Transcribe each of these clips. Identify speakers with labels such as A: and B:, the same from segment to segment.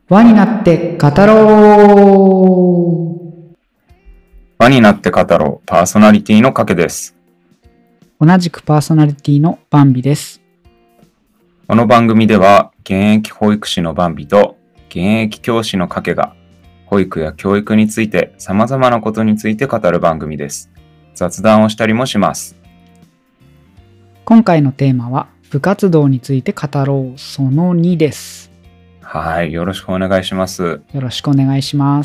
A: 輪になって語ろう。
B: 輪になって語ろう。パーソナリティのかけです。
A: 同じくパーソナリティのバンビです。
B: この番組では現役保育士のバンビと現役教師のかけが保育や教育について様々なことについて語る番組です。雑談をしたりもします。
A: 今回のテーマは部活動について語ろうその2です。
B: はい、よろしくお願いします。
A: よろしくお願いします。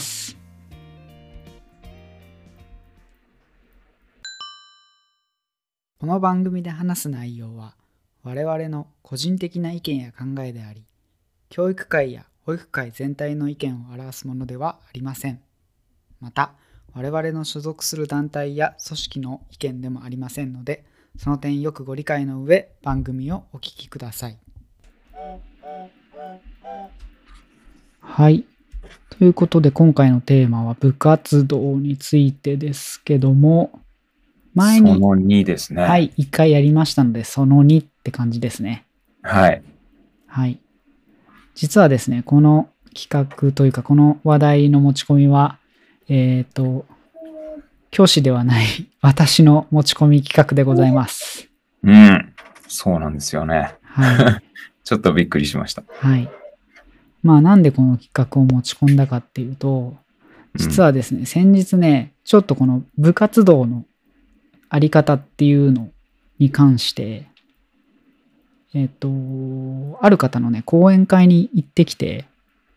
A: この番組で話す内容は我々の個人的な意見や考えであり、教育界や保育界全体の意見を表すものではありません。また、我々の所属する団体や組織の意見でもありませんので、その点よくご理解の上、番組をお聞きください。はい。ということで、今回のテーマは部活動についてですけども、前に、
B: その2ですね。
A: はい、1回やりましたので、その2って感じですね。
B: はい。
A: はい。実はですね、この企画というか、この話題の持ち込みは、教師ではない私の持ち込み企画でございます。
B: うん、そうなんですよね。
A: はい。
B: ちょっとびっくりしました。
A: はい。まあなんでこの企画を持ち込んだかっていうと、実はですね、先日ね、ちょっとこの部活動のあり方っていうのに関して、ある方のね、講演会に行ってきて、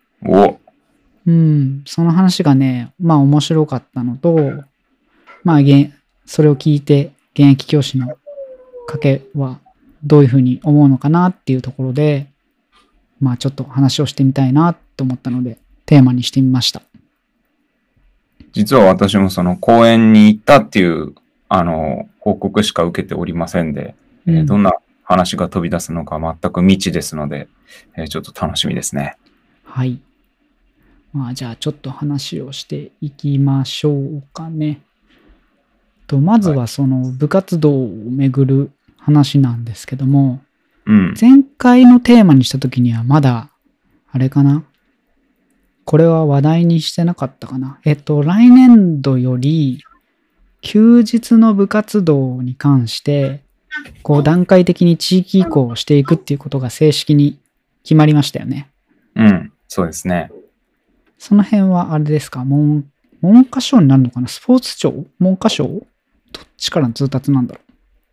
A: その話がね、まあ面白かったのと、まあそれを聞いて現役教師のかけはどういうふうに思うのかなっていうところで、まあちょっと話をしてみたいなと思ったので、テーマにしてみました。
B: 実は私もその講演に行ったっていう報告しか受けておりませんで、どんな話が飛び出すのか全く未知ですので、ちょっと楽しみですね。
A: はい。まあじゃあちょっと話をしていきましょうかね。まずはその部活動をめぐる話なんですけども、前回のテーマにした時にはまだあれかな、これは話題にしてなかったかな。来年度より休日の部活動に関してこう段階的に地域移行をしていくっていうことが正式に決まりましたよね。
B: そうですね。
A: その辺はあれですか、文科省になるのかな、スポーツ庁、文科省、どっちからの通達なんだろう。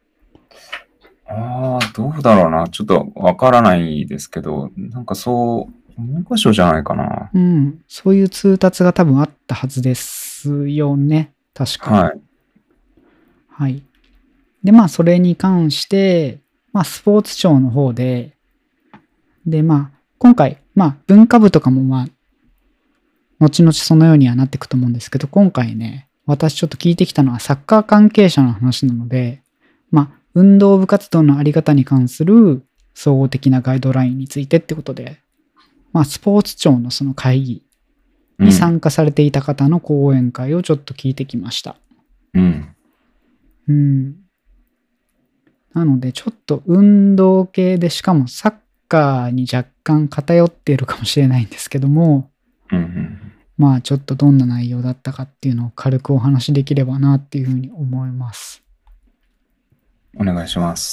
B: どうだろうな。ちょっとわからないですけど、なんか文科省じゃないかな。
A: そういう通達が多分あったはずですよね。確か。はい。で、まあ、それに関して、まあ、スポーツ庁の方で、まあ、今回、まあ、文化部とかもまあ、後々そのようにはなっていくと思うんですけど、今回ね、私ちょっと聞いてきたのはサッカー関係者の話なので、まあ、運動部活動のあり方に関する総合的なガイドラインについてってことで、まあ、スポーツ庁のその会議に参加されていた方の講演会をちょっと聞いてきました。なので、ちょっと運動系で、しかもサッカーに若干偏っているかもしれないんですけども、まあちょっとどんな内容だったかっていうのを軽くお話しできればなっていうふうに思います。
B: お願いします。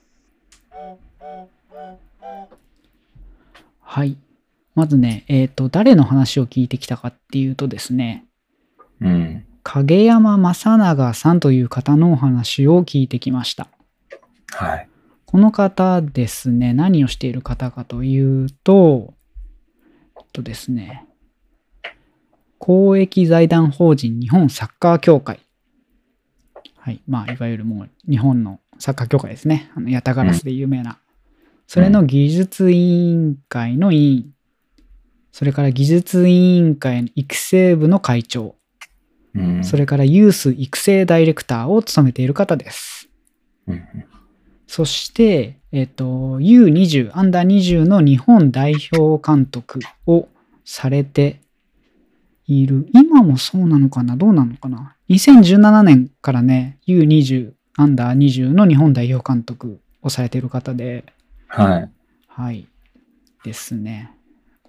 A: はい。まずね、誰の話を聞いてきたかっていうとですね、影山正長さんという方のお話を聞いてきました。
B: はい。
A: この方ですね、何をしている方かというと、ですね、公益財団法人日本サッカー協会。はい。まあ、いわゆるもう日本のサッカー協会ですね。ヤタガラスで有名な。それの技術委員会の委員。それから技術委員会の育成部の会長。それからユース育成ダイレクターを務めている方です。そして、U20、アンダー20の日本代表監督をされている。今もそうなのかな、どうなのかな。2017年からね、U20、アンダー20の日本代表監督をされている方で、はい。ですね。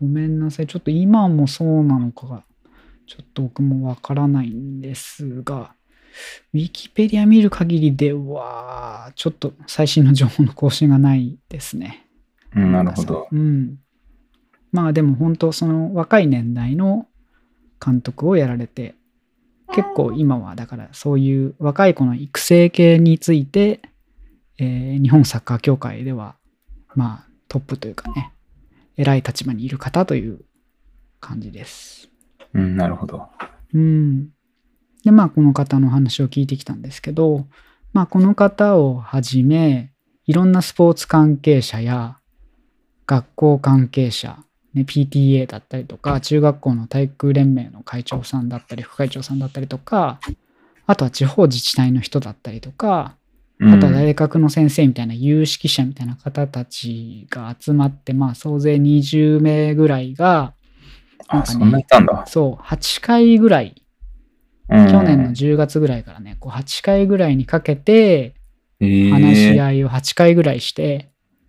A: ごめんなさい。ちょっと今もそうなのかが、ちょっと僕もわからないんですが、ウィキペディア見る限りでは、ちょっと最新の情報の更新がないですね。
B: なるほど。
A: うん。まあでも本当その若い年代の監督をやられて、結構今はだからそういう若い子の育成系について、日本サッカー協会ではまあトップというかね、偉い立場にいる方という感じです。
B: なるほど。
A: でまあこの方の話を聞いてきたんですけど、まあこの方をはじめいろんなスポーツ関係者や学校関係者、ね、PTA だったりとか、中学校の体育連盟の会長さんだったり、副会長さんだったりとか、あとは地方自治体の人だったりとか、あとは大学の先生みたいな有識者みたいな方たちが集まって、まあ総勢20名ぐらいが、
B: そんなにいたんだ。
A: そう、8回ぐらい、去年の10月ぐらいからね、こう8回ぐらいにかけて、話し合いを8回ぐらいして、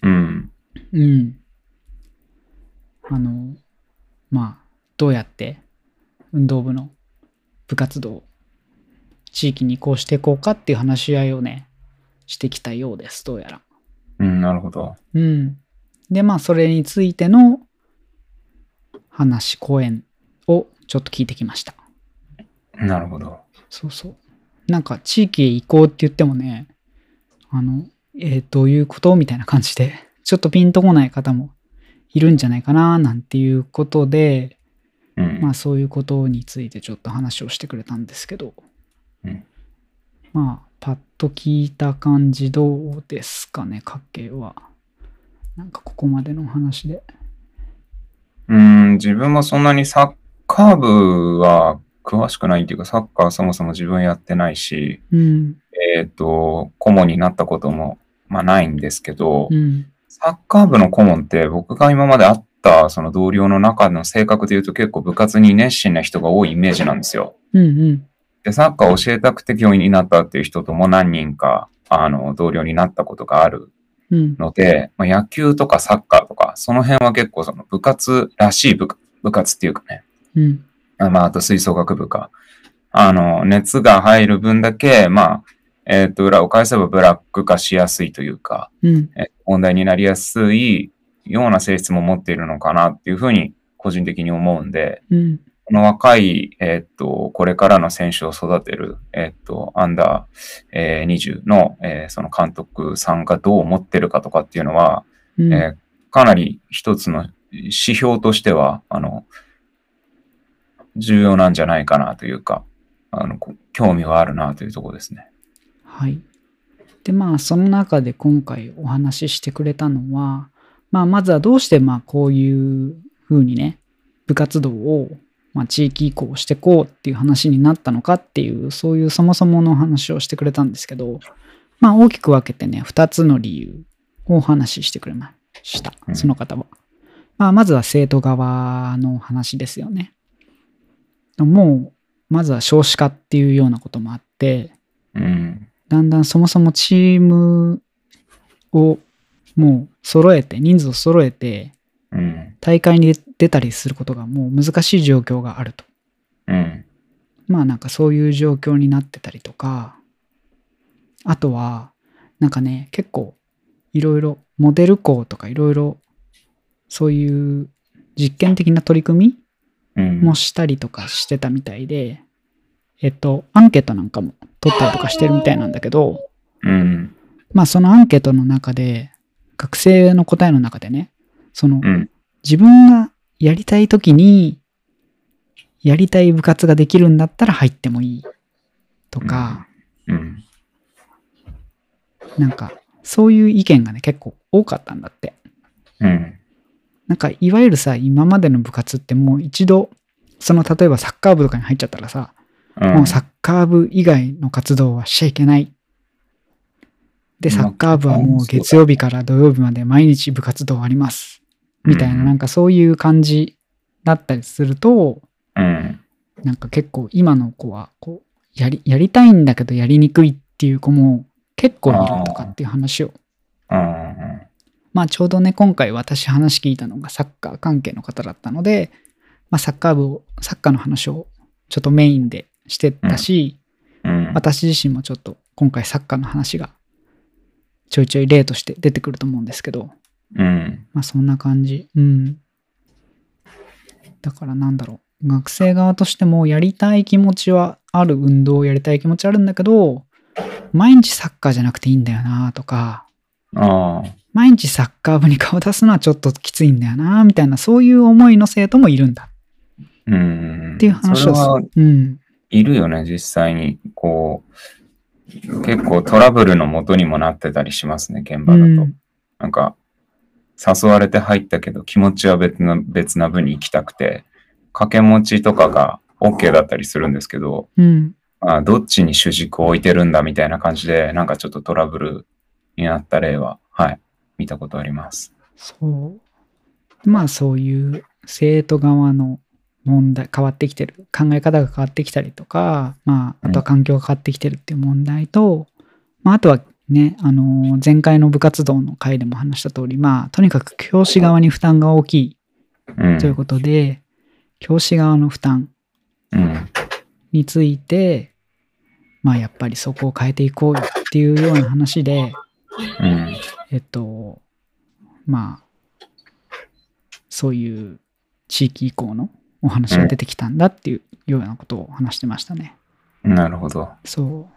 A: まあ、どうやって運動部の部活動を地域に移行していこうかっていう話し合いをね、してきたようです、どうやら。
B: なるほど。
A: で、まあ、それについての講演をちょっと聞いてきました。
B: なるほど。
A: そうそう。なんか、地域へ行こうって言ってもね、どういうことみたいな感じで、ちょっとピンとこない方もいるんじゃないかな、なんていうことで、まあそういうことについてちょっと話をしてくれたんですけど、まあ、パッと聞いた感じどうですかね、家計は。なんかここまでの話で。
B: 自分もそんなにサッカー部は詳しくないっていうか、サッカーそもそも自分やってないし、顧問になったことも、まあ、ないんですけど、サッカー部の顧問って僕が今まで会ったその同僚の中の性格で言うと結構部活に熱心な人が多いイメージなんですよ。で、サッカーを教えたくて教員になったっていう人とも何人か同僚になったことがあるので、まあ、野球とかサッカーとかその辺は結構その部活らしい部活っていうかね、まああと吹奏楽部か熱が入る分だけまあ裏を返せばブラック化しやすいというか、問題になりやすいような性質も持っているのかなっていうふうに個人的に思うんで、この若い、これからの選手を育てる、アンダー、20の、その監督さんがどう思ってるかとかっていうのは、かなり一つの指標としては、重要なんじゃないかなというか、興味はあるなというところですね。
A: はい。で、まあ、その中で今回お話ししてくれたのは、まあ、まずはどうして、まあ、こういうふうにね、部活動を、まあ、地域移行してこうっていう話になったのかっていう、そういうそもそもの話をしてくれたんですけど、まあ、大きく分けてね、2つの理由をお話ししてくれました。その方は。まあ、まずは生徒側の話ですよね。もう、まずは少子化っていうようなこともあって、だんだんそもそもチームをもう揃えて、人数を揃えて、大会に出たりすることがもう難しい状況があると。まあなんかそういう状況になってたりとか、あとは、なんかね、結構いろいろモデル校とかいろいろそういう実験的な取り組みもしたりとかしてたみたいで、アンケートなんかも取ったりとかしてるみたいなんだけど、まあそのアンケートの中で、学生の答えの中でね、その、自分がやりたいときに、やりたい部活ができるんだったら入ってもいいとか、なんかそういう意見がね結構多かったんだって。なんかいわゆるさ、今までの部活ってもう一度、その例えばサッカー部とかに入っちゃったらさ、もうサッカー部以外の活動はしちゃいけない。で、サッカー部はもう月曜日から土曜日まで毎日部活動あります。みたいな、なんかそういう感じだったりすると、なんか結構今の子はこうやりたいんだけどやりにくいっていう子も結構いるとかっていう話を。 まあちょうどね、今回私話聞いたのがサッカー関係の方だったので、まあサッカーの話をちょっとメインでしてたし、私自身もちょっと今回サッカーの話がちょいちょい例として出てくると思うんですけど、まあそんな感じ。だからなんだろう。学生側としてもやりたい気持ちはある、運動をやりたい気持ちあるんだけど、毎日サッカーじゃなくていいんだよなとか、毎日サッカー部に顔出すのはちょっときついんだよなみたいな、そういう思いの生徒もいるんだ。っていう話を
B: いるよね、実際に。こう、結構トラブルの元にもなってたりしますね、現場だと。なんか、誘われて入ったけど気持ちは別な部に行きたくて、掛け持ちとかが OK だったりするんですけど、どっちに主軸を置いてるんだみたいな感じで、なんかちょっとトラブルになった例は、見たことあります。
A: そう。まあそういう生徒側の問題、変わってきてる、考え方が変わってきたりとか、まああとは環境が変わってきてるっていう問題と、まああとはね、前回の部活動の回でも話した通り、まあとにかく教師側に負担が大きいということで、教師側の負担について、まあやっぱりそこを変えていこうよっていうような話で、まあそういう地域移行のお話が出てきたんだっていうようなことを話してましたね。
B: なるほど。
A: そう。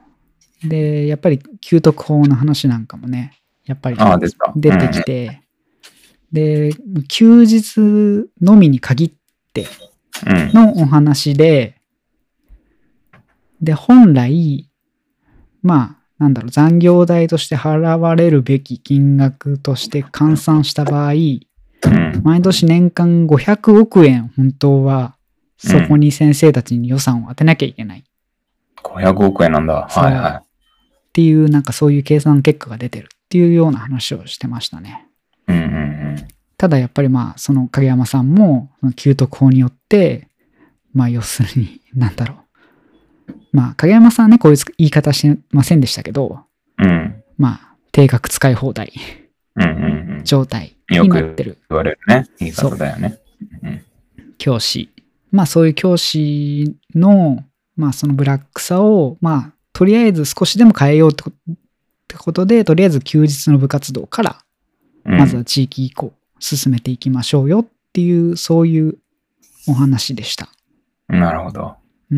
A: で、やっぱり給特法の話なんかもね、やっぱり出てきて、で、休日のみに限ってのお話で、で、本来、まあ、なんだろう、残業代として払われるべき金額として換算した場合、毎年年間500億円本当はそこに先生たちに予算を当てなきゃいけない。
B: 500億円なんだ。
A: っていうなんかそういう計算結果が出てるっていうような話をしてましたね。ただやっぱりまあその影山さんも給特法によってまあ要するになんだろう。まあ影山さんはねこういう言い方してませんでしたけど、まあ定額使い放題。状態になってる。
B: よく言われるね。言い方だよね。
A: 教師。まあそういう教師の、まあそのブラックさを、まあとりあえず少しでも変えようってことで、とりあえず休日の部活動から、まずは地域移行進めていきましょうよっていう、そういうお話でした。
B: なるほど。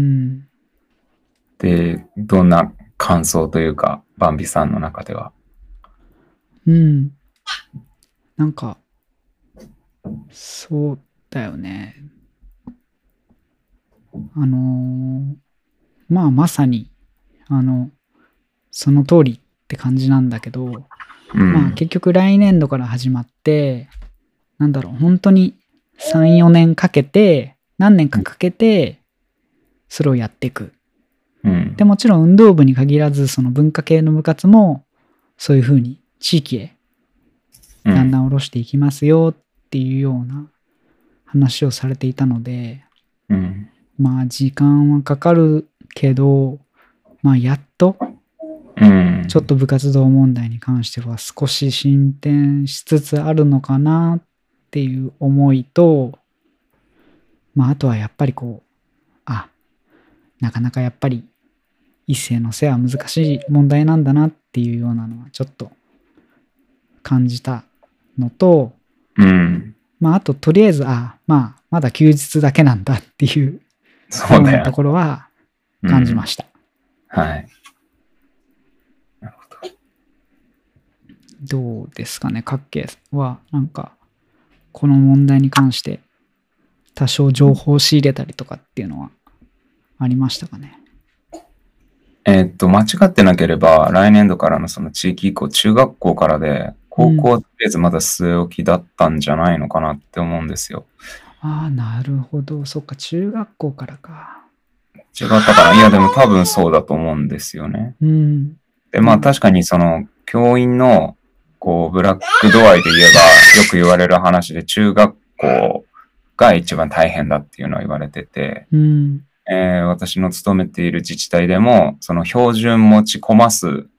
B: で、どんな感想というか、バンビさんの中では。
A: なんか、そうだよね。まあまさに、その通りって感じなんだけど、まあ結局来年度から始まって、なんだろう、本当に3、4年かけて、何年かかけて、それをやっていく。でもちろん運動部に限らず、その文化系の部活も、そういうふうに地域へだんだん下ろしていきますよっていうような話をされていたので、まあ時間はかかるけど、まあやっとちょっと部活動問題に関しては少し進展しつつあるのかなっていう思いと、まああとはやっぱりこう、なかなかやっぱり一斉のせは難しい問題なんだなっていうようなのはちょっと感じたのと、まああととりあえずまあまだ休日だけなんだっていうそうなところは感じました。
B: はい。
A: なるほど。どうですかね、各家はなんかこの問題に関して多少情報を仕入れたりとかっていうのはありましたかね。
B: 間違ってなければ来年度からのその地域移行、中学校からで高校はとりあえずまだ据え置きだったんじゃないのかなって思うんですよ。
A: なるほど。そっか、中学校からか。
B: 違ったかな。いや、でも多分そうだと思うんですよね。で、まあ確かにその教員のこうブラック度合いで言えばよく言われる話で中学校が一番大変だっていうのは言われてて、私の勤めている自治体でもその標準持ち込ます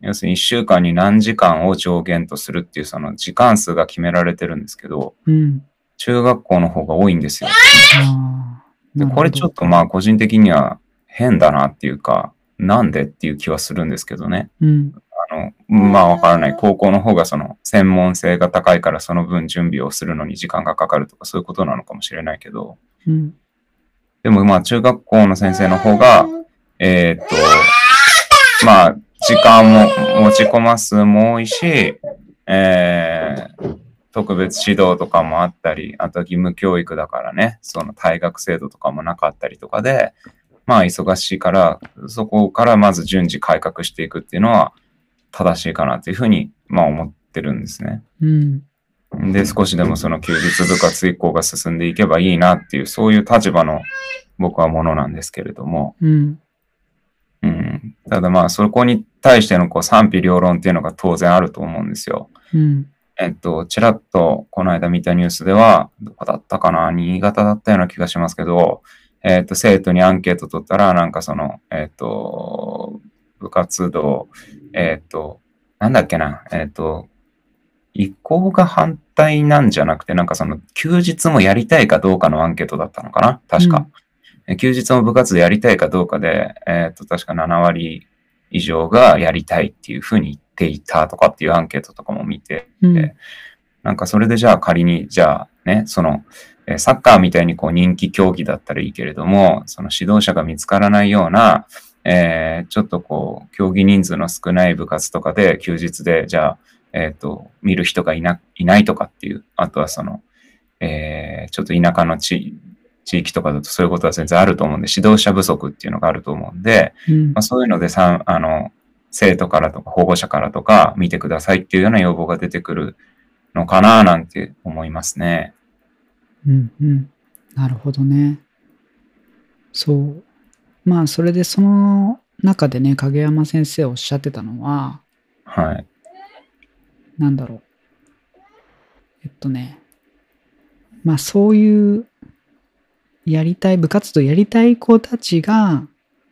B: 要するに1週間に何時間を上限とするっていうその時間数が決められてるんですけど、中学校の方が多いんですよ。でこれちょっとまあ個人的には変だなっていうか、なんでっていう気はするんですけどね。まあわからない。高校の方がその専門性が高いからその分準備をするのに時間がかかるとかそういうことなのかもしれないけど。でもまあ中学校の先生の方が、まあ時間も持ち込ます数も多いし、特別指導とかもあったり、あとは義務教育だからね、その退学制度とかもなかったりとかで、まあ忙しいから、そこからまず順次改革していくっていうのは正しいかなというふうに、まあ思ってるんですね。で、少しでもその休日部活移行が進んでいけばいいなっていう、そういう立場の僕はものなんですけれども、ただまあそこに対してのこう賛否両論っていうのが当然あると思うんですよ。ちらっとこの間見たニュースでは、どこだったかな、新潟だったような気がしますけど、生徒にアンケート取ったら、なんかその、部活動、なんだっけな、移行が反対なんじゃなくて、なんかその休日もやりたいかどうかのアンケートだったのかな、確か。休日も部活でやりたいかどうかで、確か7割以上がやりたいっていうふうに言っていたとかっていうアンケートとかも見て、なんかそれでじゃあ仮に、じゃあね、その、サッカーみたいにこう人気競技だったらいいけれども、その指導者が見つからないような、ちょっとこう、競技人数の少ない部活とかで休日で、じゃあ、見る人がいないとかっていう、あとはその、ちょっと田舎の地域とかだとそういうことは全然あると思うんで、指導者不足っていうのがあると思うんで、まあ、そういうので生徒からとか保護者からとか見てくださいっていうような要望が出てくるのかななんて思いますね。
A: なるほどね。そう。まあそれでその中でね、影山先生おっしゃってたのは、なんだろう。まあそういう部活動やりたい子たちが、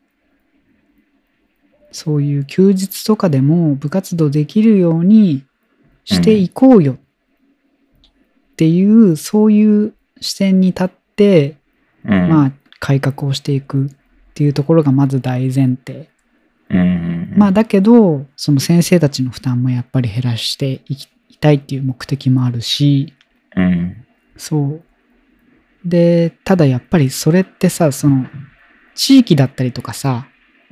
A: そういう休日とかでも部活動できるようにしていこうよっていう、そういう視点に立って、まあ改革をしていくっていうところがまず大前提。まあだけど、その先生たちの負担もやっぱり減らしていきたいっていう目的もあるし、そう。で、ただやっぱりそれってさ、その地域だったりとかさ、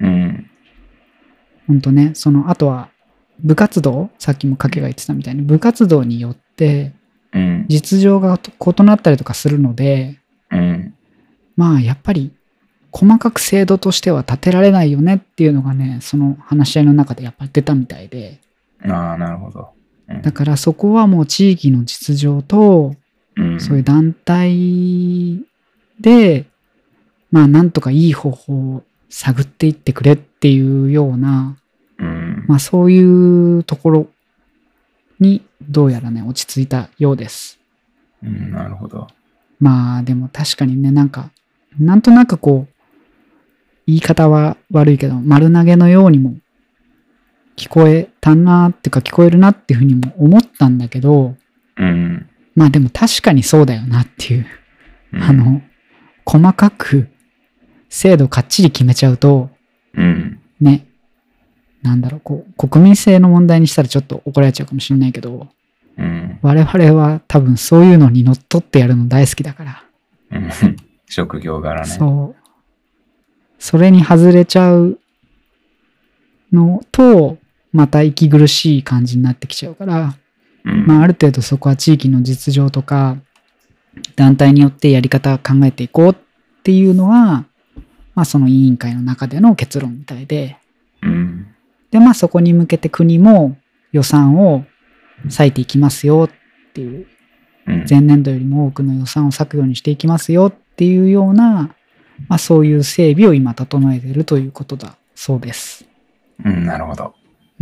A: ほんとね、あとは部活動、さっきもかけが言ってたみたいに部活動によって実情が異なったりとかするので、まあやっぱり細かく制度としては立てられないよねっていうのがね、その話し合いの中でやっぱり出たみたいで。
B: なるほど。
A: だからそこはもう地域の実情と、そういう団体で、まあなんとかいい方法を探っていってくれっていうような、まあそういうところにどうやらね、落ち着いたようです。
B: なるほど。
A: まあでも確かにね、なんとなくこう、言い方は悪いけど、丸投げのようにも聞こえたなっていうか聞こえるなっていうふうにも思ったんだけど、まあでも確かにそうだよなっていう、細かく制度かっちり決めちゃうと、ね、なんだろう、こう、国民性の問題にしたらちょっと怒られちゃうかもしれないけど、我々は多分そういうのにのっとってやるの大好きだから。
B: 職業柄ね。
A: そう。それに外れちゃうのと、また息苦しい感じになってきちゃうから、まあある程度そこは地域の実情とか、団体によってやり方を考えていこうっていうのは、まあその委員会の中での結論みたいで、でまあそこに向けて国も予算を割いていきますよっていう、前年度よりも多くの予算を割くようにしていきますよっていうような、まあそういう整備を今整えているということだそうです。
B: なるほど。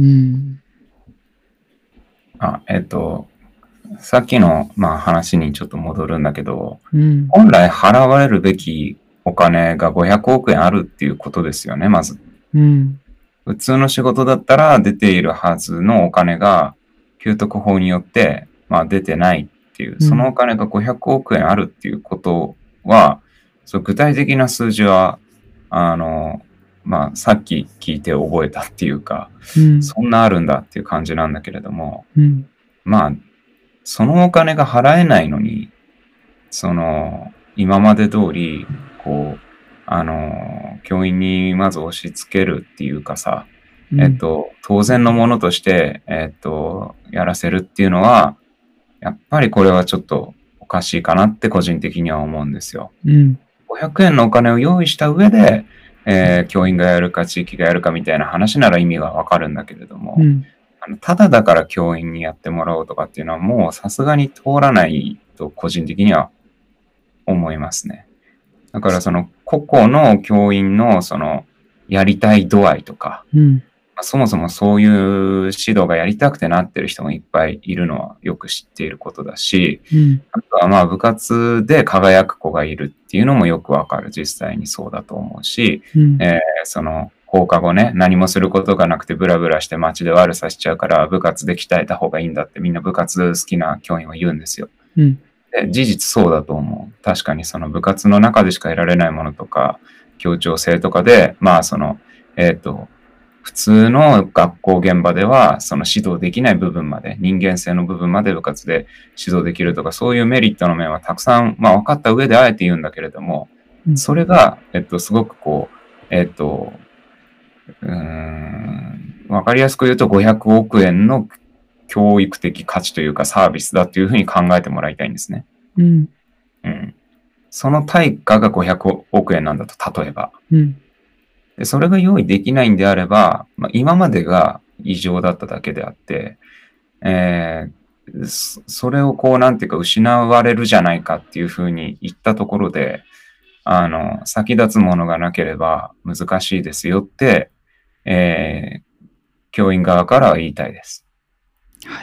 B: さっきの、まあ、話にちょっと戻るんだけど、本来払われるべきお金が500億円あるっていうことですよね、まず。 普通の仕事だったら出ているはずのお金が、給特法によって、まあ出てないっていう、そのお金が500億円あるっていうことは、そう具体的な数字は、まあさっき聞いて覚えたっていうか、そんなあるんだっていう感じなんだけれども、まあ、そのお金が払えないのに、今まで通り、こう、教員にまず押し付けるっていうかさ、当然のものとして、やらせるっていうのは、やっぱりこれはちょっとおかしいかなって個人的には思うんですよ。500円のお金を用意した上で、教員がやるか地域がやるかみたいな話なら意味がわかるんだけれども、ただだから教員にやってもらおうとかっていうのはもうさすがに通らないと個人的には思いますね。だからその個々の教員のそのやりたい度合いとか、そもそもそういう指導がやりたくてなってる人もいっぱいいるのはよく知っていることだし、あとはまあ部活で輝く子がいるっていうのもよくわかる。実際にそうだと思うし、その放課後ね、何もすることがなくてブラブラして街で悪さしちゃうから部活で鍛えた方がいいんだってみんな部活好きな教員は言うんですよ。で事実そうだと思う。確かにその部活の中でしか得られないものとか、協調性とかで、まあその、普通の学校現場では、その指導できない部分まで、人間性の部分まで部活で指導できるとか、そういうメリットの面はたくさん、まあ分かった上であえて言うんだけれども、それが、すごくこう、わかりやすく言うと500億円の教育的価値というかサービスだというふうに考えてもらいたいんですね。その対価が500億円なんだと、例えば。でそれが用意できないんであれば、まあ、今までが異常だっただけであって、それをこう、なんていうか、失われるじゃないかっていうふうに言ったところで、先立つものがなければ難しいですよって、教員側からは言いたいです。
A: はい。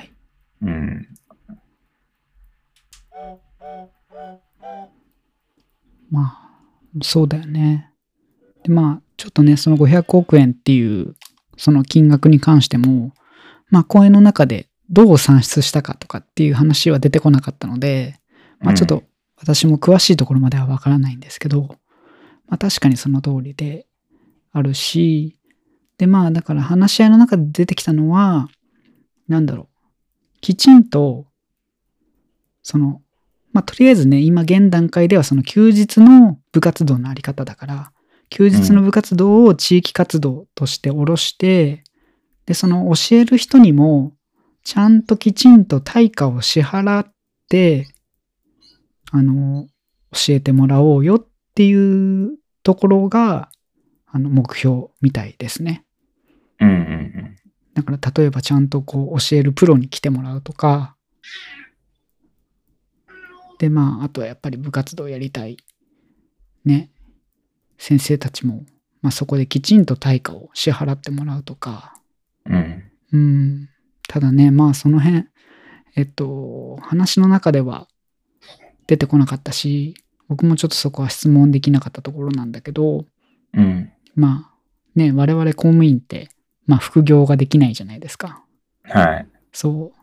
A: まあ、そうだよね。で、まあ、ちょっとね、その500億円っていう、その金額に関しても、まあ、講演の中でどう算出したかとかっていう話は出てこなかったので、まあ、ちょっと私も詳しいところまではわからないんですけど、まあ、確かにその通りであるし、で、まあ、だから話し合いの中で出てきたのは、なんだろう、きちんと、まあ、とりあえずね、今現段階ではその休日の部活動のあり方だから、休日の部活動を地域活動として下ろして、で、その教える人にも、ちゃんときちんと対価を支払って、教えてもらおうよっていうところが、目標みたいですね。だから例えばちゃんとこう教えるプロに来てもらうとか、で、まあ、あとはやっぱり部活動やりたい、ね、先生たちも、まあそこできちんと対価を支払ってもらうとか、ただね、まあその辺、話の中では出てこなかったし、僕もちょっとそこは質問できなかったところなんだけど、まあね、我々公務員って、まあ副業ができないじゃないですか。
B: はい。
A: そう。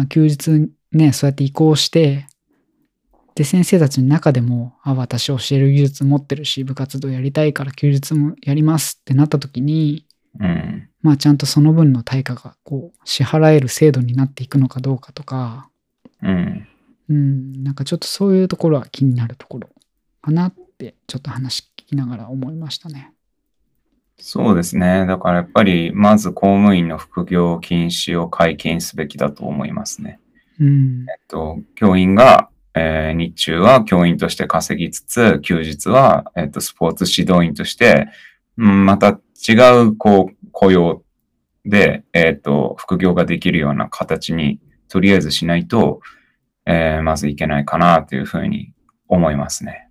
A: 休日ね、そうやって移行して、で、先生たちの中でも、私教える技術持ってるし、部活動やりたいから休日もやりますってなった時に、まあちゃんとその分の対価がこう支払える制度になっていくのかどうかとか、なんかちょっとそういうところは気になるところかなってちょっと話聞きながら思いましたね。
B: そうですね。だからやっぱりまず公務員の副業禁止を解禁すべきだと思いますね。教員が日中は教員として稼ぎつつ、休日は、スポーツ指導員として、また違う、こう、雇用で、副業ができるような形に、とりあえずしないと、まずいけないかな、というふうに思いますね。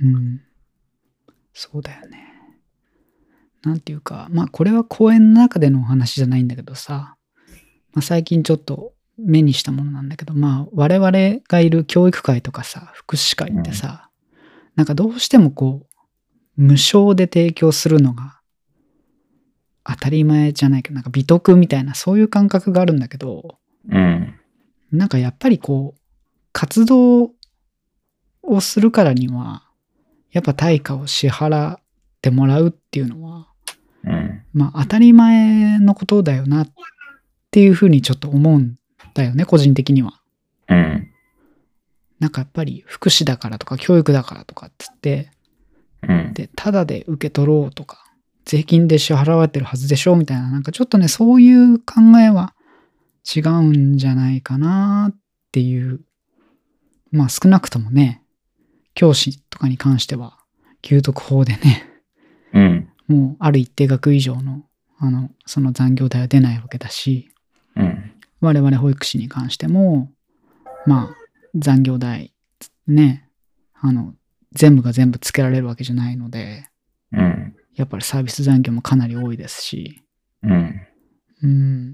A: そうだよね。なんていうか、まあ、これは講演の中でのお話じゃないんだけどさ、まあ、最近ちょっと、目にしたものなんだけど、まあ我々がいる教育会とかさ、福祉会ってさ、なんかどうしてもこう無償で提供するのが当たり前じゃないけど、なんか美徳みたいな、そういう感覚があるんだけど、
B: うん。
A: なんかやっぱりこう、活動をするからには、やっぱ対価を支払ってもらうっていうのは、
B: うん。
A: まあ当たり前のことだよなっていうふうにちょっと思うんだよね、個人的には。
B: うん。
A: なんかやっぱり福祉だからとか教育だからとかっつって、
B: うん。
A: で、ただで受け取ろうとか、税金で支払われてるはずでしょみたいな、なんかちょっとね、そういう考えは違うんじゃないかなっていう。まあ少なくともね、教師とかに関しては、給特法でね、
B: うん。
A: もうある一定額以上の、その残業代は出ないわけだし、
B: うん。
A: 我々保育士に関しても、まあ、残業代、ね、全部が全部つけられるわけじゃないので、
B: うん。
A: やっぱりサービス残業もかなり多いですし、
B: うん。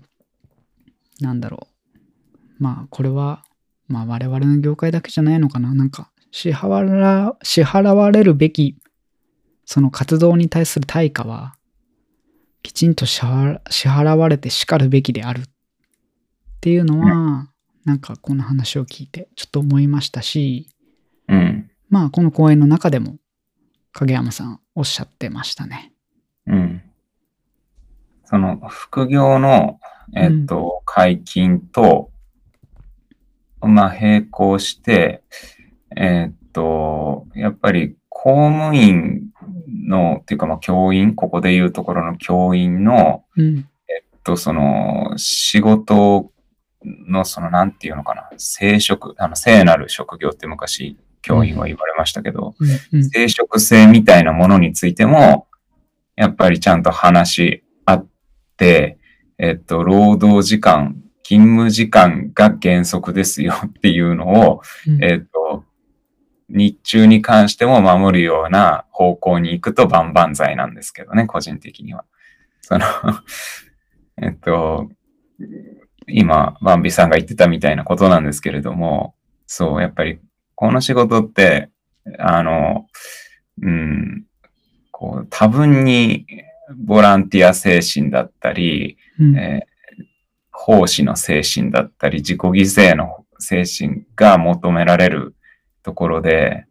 A: なんだろう。まあ、これは、まあ、我々の業界だけじゃないのかな。なんか、支払われるべき、その活動に対する対価は、きちんと支払われてしかるべきであるっていうのは、なんかこの話を聞いてちょっと思いましたし、
B: うん。
A: まあこの講演の中でも影山さんおっしゃってましたね。
B: うん。その副業の、解禁と、まあ並行して、やっぱり公務員の、っていうかまあ教員、ここでいうところの教員の、その仕事のなんていうのかな、聖なる職業って昔教員は言われましたけど、聖職性みたいなものについても、やっぱりちゃんと話し合って、労働時間、勤務時間が原則ですよっていうのを、日中に関しても守るような方向に行くと万々歳なんですけどね、個人的には。今、バンビさんが言ってたみたいなことなんですけれども、そう、やっぱり、この仕事って、こう、多分にボランティア精神だったり、奉仕の精神だったり、自己犠牲の精神が求められるところで、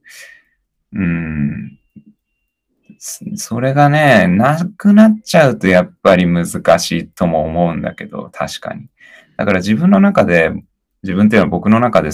B: それがね、なくなっちゃうとやっぱり難しいとも思うんだけど、確かに。だから自分の中で、自分っていうのは僕の中で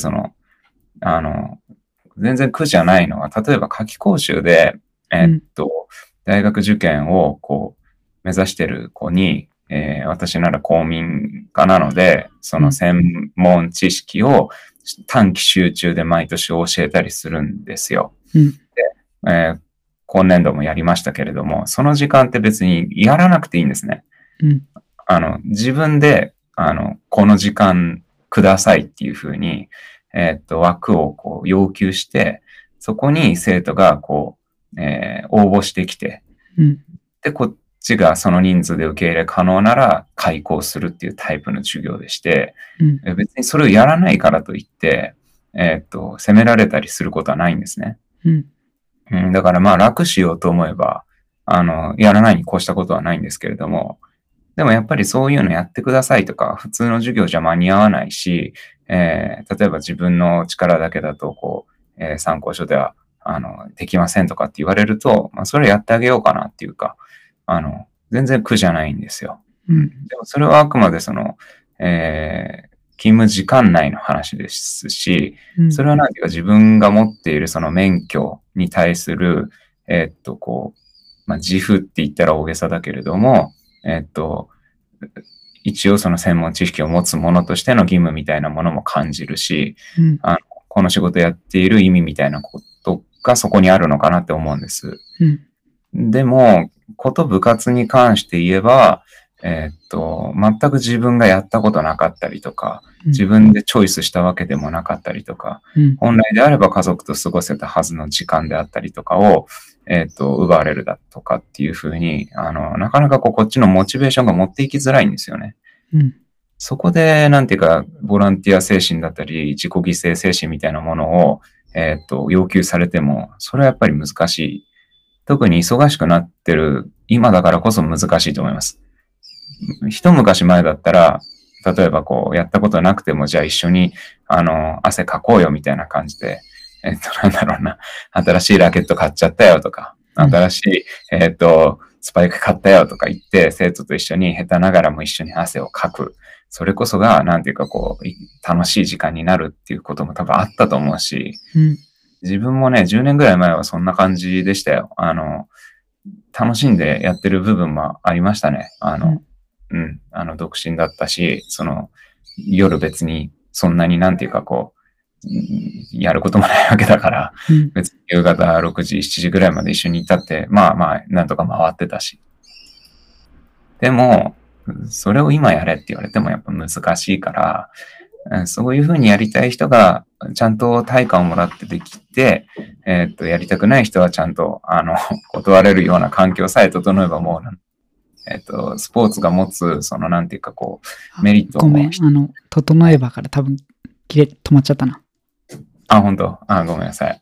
B: 全然苦じゃないのは、例えば夏期講習で、大学受験をこう、目指してる子に、私なら公民科なので、その専門知識を短期集中で毎年教えたりするんですよ。で今年度もやりましたけれども、その時間って別にやらなくていいんですね。自分で、この時間くださいっていうふうに、枠をこう要求して、そこに生徒がこう、応募してきて、で、こっちがその人数で受け入れ可能なら開講するっていうタイプの授業でして、別にそれをやらないからといって、責められたりすることはないんですね。だからまあ楽しようと思えば、やらないに越したことはないんですけれども、でもやっぱりそういうのやってくださいとか、普通の授業じゃ間に合わないし、例えば自分の力だけだと、こう、参考書では、できませんとかって言われると、まあそれやってあげようかなっていうか、全然苦じゃないんですよ。でもそれはあくまで勤務時間内の話ですし、それは何ていうか自分が持っているその免許に対する、こう、まあ、自負って言ったら大げさだけれども、一応その専門知識を持つ者としての義務みたいなものも感じるし、この仕事やっている意味みたいなことがそこにあるのかなって思うんです。でも、こと部活に関して言えば、全く自分がやったことなかったりとか、自分でチョイスしたわけでもなかったりとか、本来であれば家族と過ごせたはずの時間であったりとかを、奪われるだとかっていうふうに、なかなかこっちのモチベーションが持っていきづらいんですよね。そこで、なんていうか、ボランティア精神だったり、自己犠牲精神みたいなものを、要求されても、それはやっぱり難しい。特に忙しくなってる今だからこそ難しいと思います。 一昔前だったら、例えばこう、やったことなくても、じゃあ一緒に、汗かこうよみたいな感じで、なんだろうな、新しいラケット買っちゃったよとか、新しい、スパイク買ったよとか言って、生徒と一緒に下手ながらも一緒に汗をかく。それこそが、なんていうかこう、楽しい時間になるっていうことも多分あったと思うし、自分もね、10年ぐらい前はそんな感じでしたよ。楽しんでやってる部分もありましたね。独身だったし、夜別にそんなになんていうかこう、やることもないわけだから、別に夕方6時、7時ぐらいまで一緒にいたって、まあ、なんとか回ってたし。でも、それを今やれって言われてもやっぱ難しいから、そういうふうにやりたい人がちゃんと対価をもらってできて、やりたくない人はちゃんと、断れるような環境さえ整えばもう、スポーツが持つ、なんていうかこう、メリットを。
A: ごめん、整えばから多分、止まっちゃったな。
B: 本当。ごめんなさい。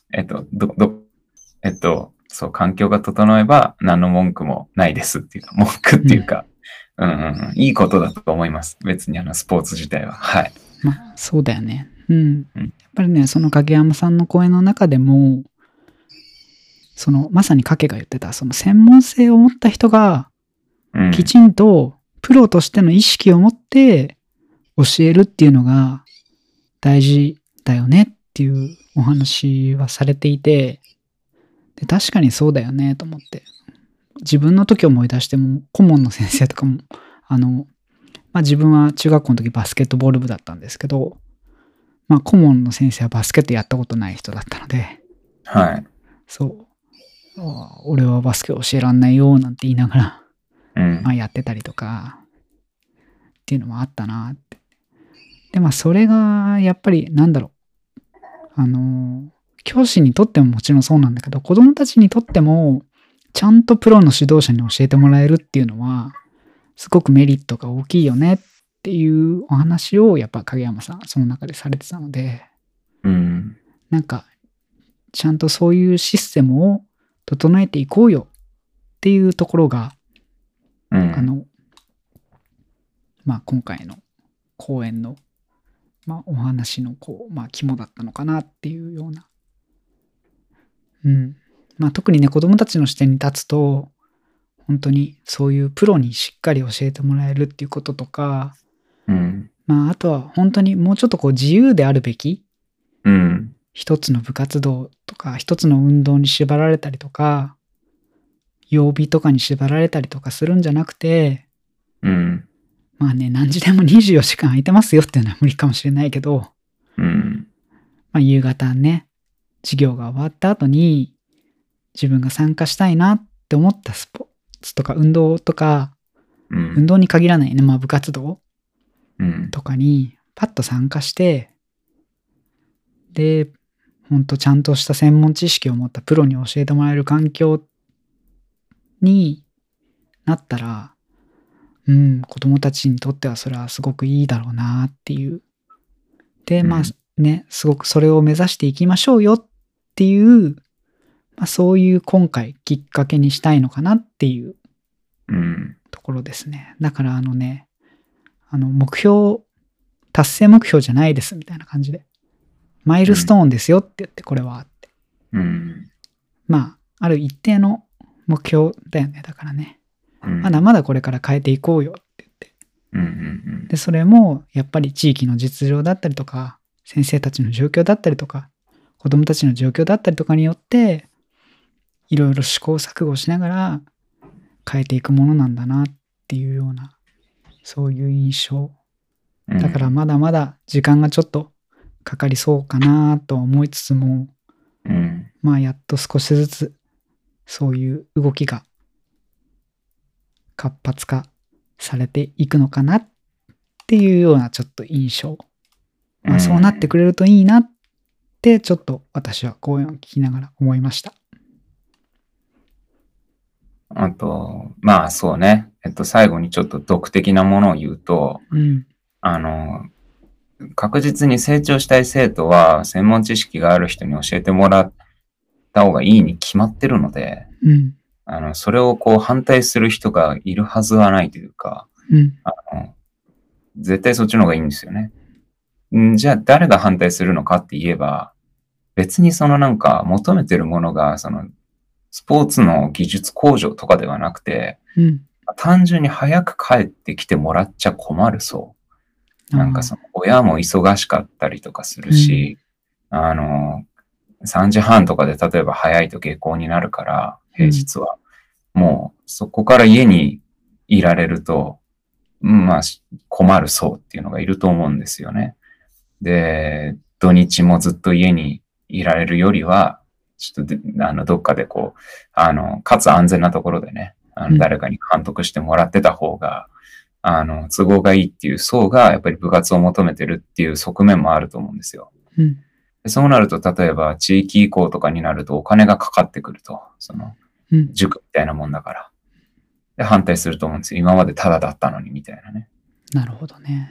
B: そう、環境が整えば何の文句もないですっていうか、文句っていうか、いいことだと思います。別にスポーツ自体は。はい。
A: まあ、そうだよね。やっぱりね、その影山さんの講演の中でも、まさに影が言ってた、専門性を持った人が、きちんとプロとしての意識を持って教えるっていうのが大事だよねっていうお話はされていて、で確かにそうだよねと思って。自分の時を思い出しても、顧問の先生とかも、自分は中学校の時バスケットボール部だったんですけど、顧問の先生はバスケットやったことない人だったので、
B: はい。
A: そう。俺はバスケ教えらんないよなんて言いながら、やってたりとか、っていうのもあったなって。で、それが、やっぱり、教師にとってももちろんそうなんだけど、子供たちにとっても、ちゃんとプロの指導者に教えてもらえるっていうのは、すごくメリットが大きいよねっていうお話を、やっぱ影山さん、その中でされてたので、ちゃんとそういうシステムを整えていこうよっていうところが、今回の講演の、お話の肝だったのかなっていうような。特にね、子供たちの視点に立つと、本当にそういうプロにしっかり教えてもらえるっていうこととか、あとは本当にもうちょっと自由であるべき、一つの部活動とか、一つの運動に縛られたりとか、曜日とかに縛られたりとかするんじゃなくて、何時でも24時間空いてますよっていうのは無理かもしれないけど、夕方ね、授業が終わった後に自分が参加したいなって思ったスポーツとか運動とか、運動に限らないね、部活動とかにパッと参加して、で、ほんとちゃんとした専門知識を持ったプロに教えてもらえる環境になったら、子供たちにとってはそれはすごくいいだろうなっていう。で、すごくそれを目指していきましょうよっていう、そういう今回きっかけにしたいのかなっていうところですね。だから目標、達成目標じゃないですみたいな感じで。マイルストーンですよって言って、これはって。ある一定の目標だよね。だからね。まだまだこれから変えていこうよって言って。で、それもやっぱり地域の実情だったりとか、先生たちの状況だったりとか、子供たちの状況だったりとかによって、いろいろ試行錯誤しながら変えていくものなんだなっていうような、そういう印象。だからまだまだ時間がちょっとかかりそうかなと思いつつも、やっと少しずつそういう動きが活発化されていくのかなっていうようなちょっと印象。そうなってくれるといいなってちょっと私は講演を聞きながら思いました。
B: あと、そうね。最後にちょっと毒的なものを言うと、確実に成長したい生徒は専門知識がある人に教えてもらった方がいいに決まってるので、 それをこう反対する人がいるはずはないというか、絶対そっちの方がいいんですよね。じゃあ誰が反対するのかって言えば、別にそのなんか求めてるものが、そのスポーツの技術向上とかではなくて、単純に早く帰ってきてもらっちゃ困るそう。なんかその親も忙しかったりとかするし、3時半とかで例えば早いと下校になるから、平日は。もうそこから家にいられると、まあ困る層っていうのがいると思うんですよね。で、土日もずっと家にいられるよりは、ちょっとどっかでこう、かつ安全なところでね、誰かに監督してもらってた方が、都合がいいっていう層が、やっぱり部活を求めてるっていう側面もあると思うんですよ。でそうなると、例えば地域移行とかになるとお金がかかってくると、その、塾みたいなもんだから。で、反対すると思うんですよ。今までタダだったのにみたいなね。
A: なるほどね。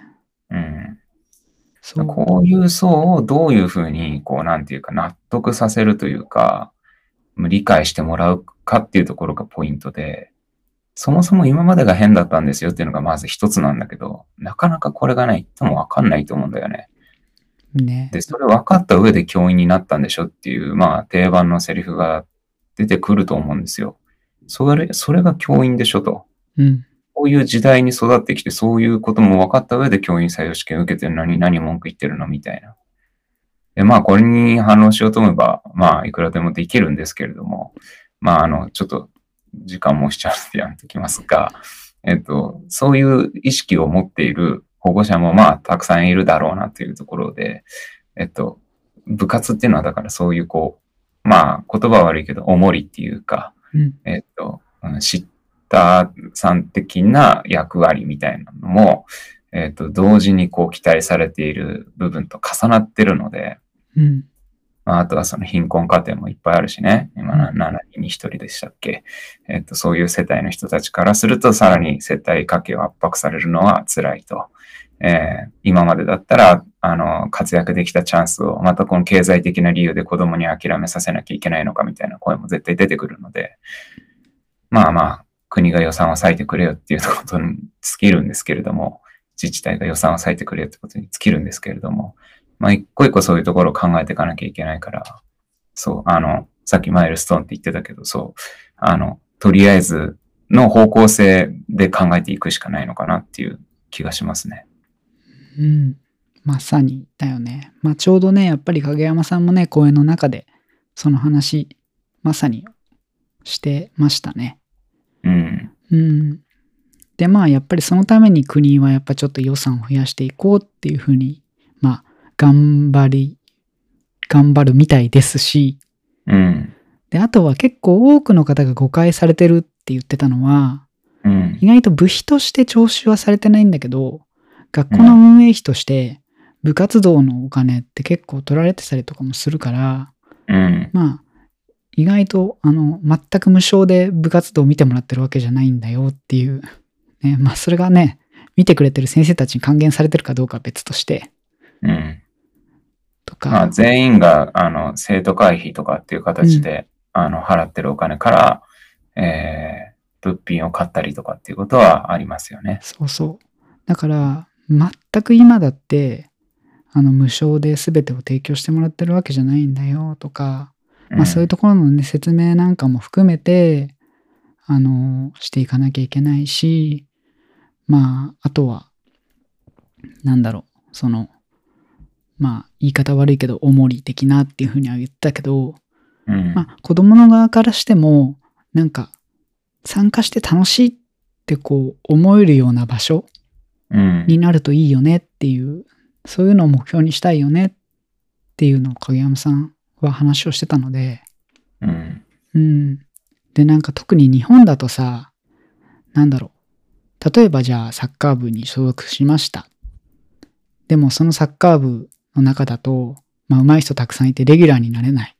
B: こういう層をどういうふうに、こう、なんていうか、納得させるというか、理解してもらうかっていうところがポイントで、そもそも今までが変だったんですよっていうのがまず一つなんだけど、なかなかこれがないともわかんないと思うんだよね。で、それ分かった上で教員になったんでしょっていう、まあ、定番のセリフが出てくると思うんですよ。それが教員でしょと。こういう時代に育ってきて、そういうことも分かった上で教員採用試験受けてるのに何文句言ってるのみたいな。で、まあ、これに反応しようと思えば、まあ、いくらでもできるんですけれども、まあ、ちょっと、時間もしちゃうのでやめときますが、そういう意識を持っている保護者もまあ、たくさんいるだろうなというところで、部活っていうのはだからそういうこう、まあ、言葉は悪いけど、おもりっていうか、知ったさん的な役割みたいなのも、同時にこう期待されている部分と重なってるので、まあ、あとはその貧困家庭もいっぱいあるしね、今7人に1人でしたっけ、そういう世帯の人たちからすると、さらに世帯家計を圧迫されるのは辛いと。今までだったら、活躍できたチャンスを、またこの経済的な理由で子供に諦めさせなきゃいけないのかみたいな声も絶対出てくるので、まあまあ、国が予算を割いてくれよっていうことに尽きるんですけれども、自治体が予算を割いてくれよってことに尽きるんですけれども、まあ一個一個そういうところを考えていかなきゃいけないから、そう、さっきマイルストーンって言ってたけど、そう、とりあえずの方向性で考えていくしかないのかなっていう気がしますね。
A: まさにだよね。まあちょうどね、やっぱり影山さんもね、講演の中でその話、まさにしてましたね。で、まあやっぱりそのために国はやっぱちょっと予算を増やしていこうっていうふうに、まあ頑張るみたいですし、で、あとは結構多くの方が誤解されてるって言ってたのは、意外と部費として徴収はされてないんだけど、学校の運営費として部活動のお金って結構取られてたりとかもするから、まあ意外と全く無償で部活動を見てもらってるわけじゃないんだよっていう、ね、まあそれがね、見てくれてる先生たちに還元されてるかどうかは別として、とか、
B: まあ、全員が生徒会費とかっていう形で、払ってるお金から、物品を買ったりとかっていうことはありますよね。
A: そうそう。だから全く今だって無償で全てを提供してもらってるわけじゃないんだよとか、まあそういうところのね、説明なんかも含めてしていかなきゃいけないし、まああとはなんだろう、そのまあ言い方悪いけどおもり的なっていうふうには言ったけど、まあ子供の側からしてもなんか参加して楽しいってこう思えるような場所になるといいよねっていう、そういうのを目標にしたいよねっていうのを影山さんは話をしてたので、でなんか特に日本だとさ、なんだろう、例えばじゃあサッカー部に所属しました。でもそのサッカー部の中だと、まあ上手い人たくさんいてレギュラーになれない。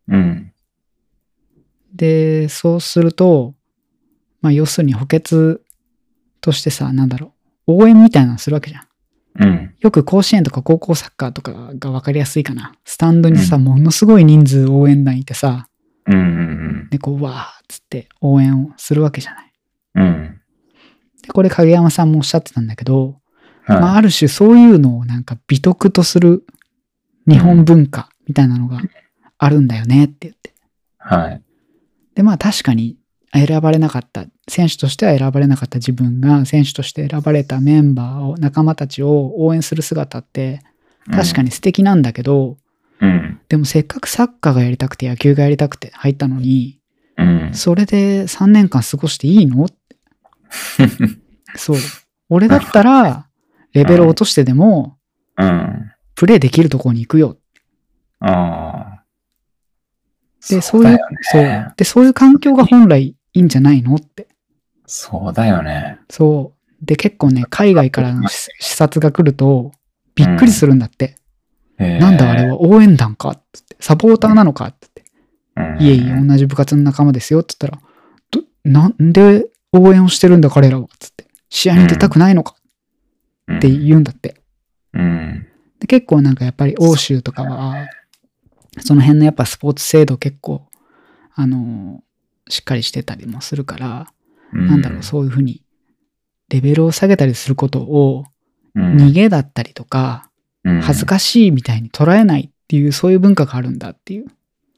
A: で、そうすると、まあ要するに補欠としてさ、なんだろう、応援みたいなのするわけじゃん。よく甲子園とか高校サッカーとかが分かりやすいかな。スタンドにさ、ものすごい人数応援団いてさ、 で、こう、わーっつって応援をするわけじゃない。
B: うん。
A: で、これ影山さんもおっしゃってたんだけど、
B: はい。
A: まあ、ある種そういうのをなんか美徳とする日本文化みたいなのがあるんだよねって言って。
B: はい。
A: で、まあ確かに選ばれなかった、選手としては選ばれなかった自分が選手として選ばれたメンバーを、仲間たちを応援する姿って確かに素敵なんだけど、
B: うん。
A: でもせっかくサッカーがやりたくて野球がやりたくて入ったのに、
B: うん。
A: それで3年間過ごしていいのって。そう。俺だったらレベル落としてでも
B: うん。
A: プレイできるところに行くよ。
B: ああ。
A: で、
B: そうだよね。
A: そう。で、そういう環境が本来いいんじゃないのって。
B: そうだよね。
A: そう。で、結構ね、海外からの視察が来ると、びっくりするんだって。なんだあれは応援団かって言って、サポーターなのかって言って、いえいえ、同じ部活の仲間ですよって言ったら、なんで応援をしてるんだ彼らはつって、試合に出たくないのかって言うんだって。で結構なんかやっぱり欧州とかは、その辺のやっぱスポーツ制度結構、しっかりしてたりもするから、なんだろう、そういうふうにレベルを下げたりすることを逃げだったりとか、恥ずかしいみたいに捉えないっていう、そういう文化があるんだっていう。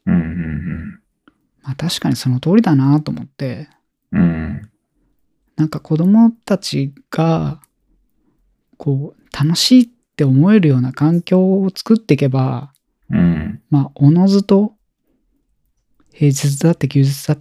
A: まあ確かにその通りだなと思って、なんか子供たちが、こう、楽しいって思えるような環境を作っていけば、まあ、おのずと、平日だって休日だって、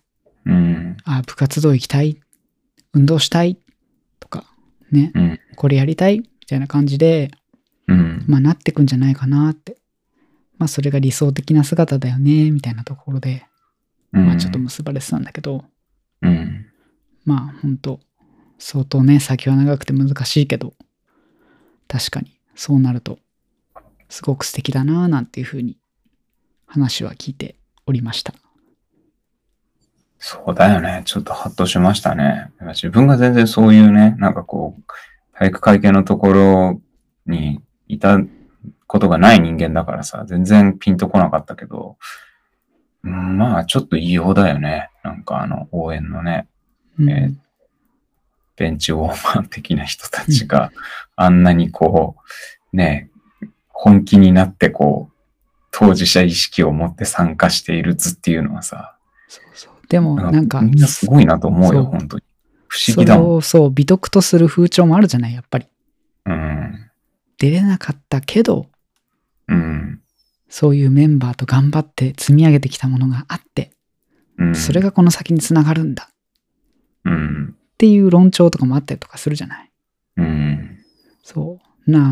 A: 部活動行きたい、運動したいとか、ね、これやりたいみたいな感じで、まあなってくんじゃないかなって。まあそれが理想的な姿だよね、みたいなところで、まあちょっと結ばれてたんだけど、まあ本当相当ね、先は長くて難しいけど、確かにそうなると、すごく素敵だな、なんていうふうに話は聞いておりました。
B: そうだよね。ちょっとハッとしましたね。自分が全然そういうね、なんかこう、体育会系のところにいたことがない人間だからさ、全然ピンとこなかったけど、まあちょっと異様だよね。なんか応援のね、ベンチウォーマー的な人たちがあんなにこう、ね、本気になってこう、当事者意識を持って参加している図っていうのはさ、
A: でもなんか、
B: みんなすごいなと思うよ、本当に。不思議だもん。
A: そう、美徳とする風潮もあるじゃない、やっぱり。出れなかったけど、そういうメンバーと頑張って積み上げてきたものがあって、それがこの先につながるんだ。っていう論調とかもあったりとかするじゃない。そう。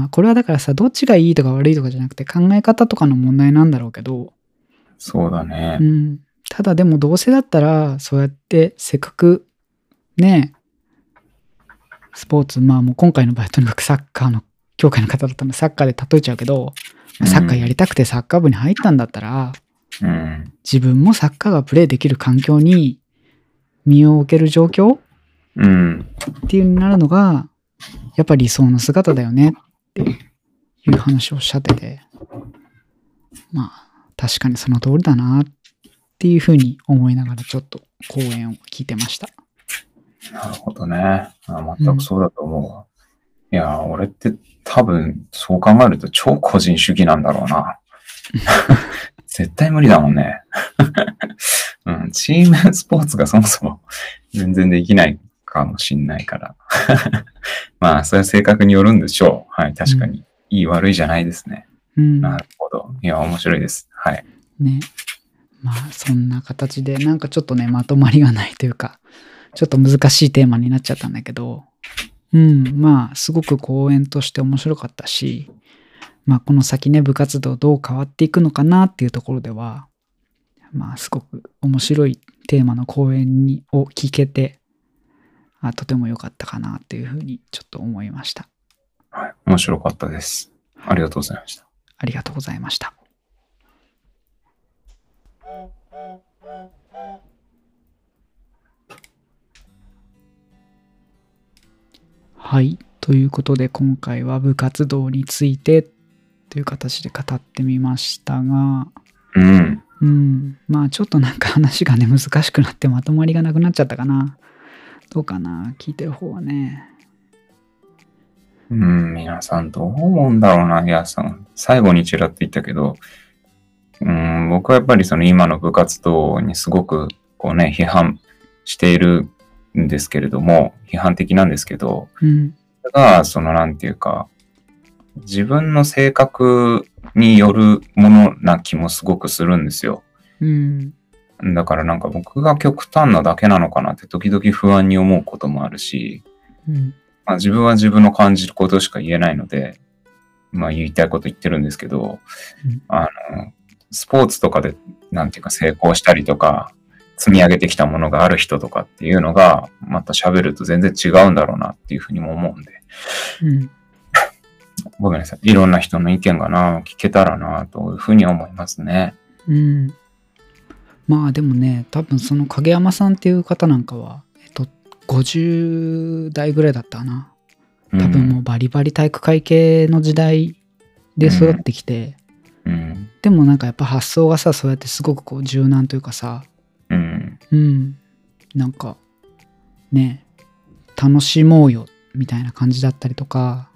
A: これはだからさ、どっちがいいとか悪いとかじゃなくて考え方とかの問題なんだろうけど。
B: そうだね。
A: ただでもどうせだったら、そうやってせっかくね、スポーツ、まあもう今回の場合とにかくサッカーの協会の方だったのでサッカーで例えちゃうけど、サッカーやりたくてサッカー部に入ったんだったら、自分もサッカーがプレーできる環境に身を置ける状況、っていうになるのが、やっぱり理想の姿だよねっていう話をおっしゃってて、まあ確かにその通りだなっていうふうに思いながらちょっと講演を聞いてました。
B: なるほどね。全くそうだと思うわ。いや、俺って多分そう考えると超個人主義なんだろうな。絶対無理だもんね。チームスポーツがそもそも全然できないかもしんないから。まあ、それは性格によるんでしょう。はい、確かに。いい悪いじゃないですね。なるほど。いや、面白いです。はい。
A: ね。まあ、そんな形で、なんかちょっとね、まとまりがないというか、ちょっと難しいテーマになっちゃったんだけど、まあ、すごく講演として面白かったし、まあ、この先ね、部活動どう変わっていくのかなっていうところでは、まあ、すごく面白いテーマの講演を聞けて、とても良かったかなっていうふうにちょっと思いました。
B: はい、面白かったです。ありがとうございました。
A: ありがとうございました。はい。ということで、今回は部活動についてという形で語ってみましたが、 まあちょっとなんか話がね難しくなってまとまりがなくなっちゃったかな。どうかな、聞いてる方はね。
B: 皆さんどう思うんだろうな。いや、最後にちらっと言ったけど、僕はやっぱりその今の部活動にすごくこうね、批判しているんですけれども、批判的なんですけど、それが、なんていうか、自分の性格によるものな気もすごくするんですよ。だからなんか僕が極端なだけなのかなって時々不安に思うこともあるし、まあ、自分は自分の感じることしか言えないので、まあ言いたいこと言ってるんですけど、スポーツとかでなんていうか成功したりとか、積み上げてきたものがある人とかっていうのが、また喋ると全然違うんだろうなっていうふうにも思うんで、ごめんなさい。いろんな人の意見が聞けたらなというふうに思いますね。
A: まあでもね、多分その影山さんっていう方なんかは、50代ぐらいだったかな。多分もうバリバリ体育会系の時代で育ってきて、でもなんかやっぱ発想がさ、そうやってすごくこう柔軟というかさ、なんかね、楽しもうよみたいな感じだったりとか、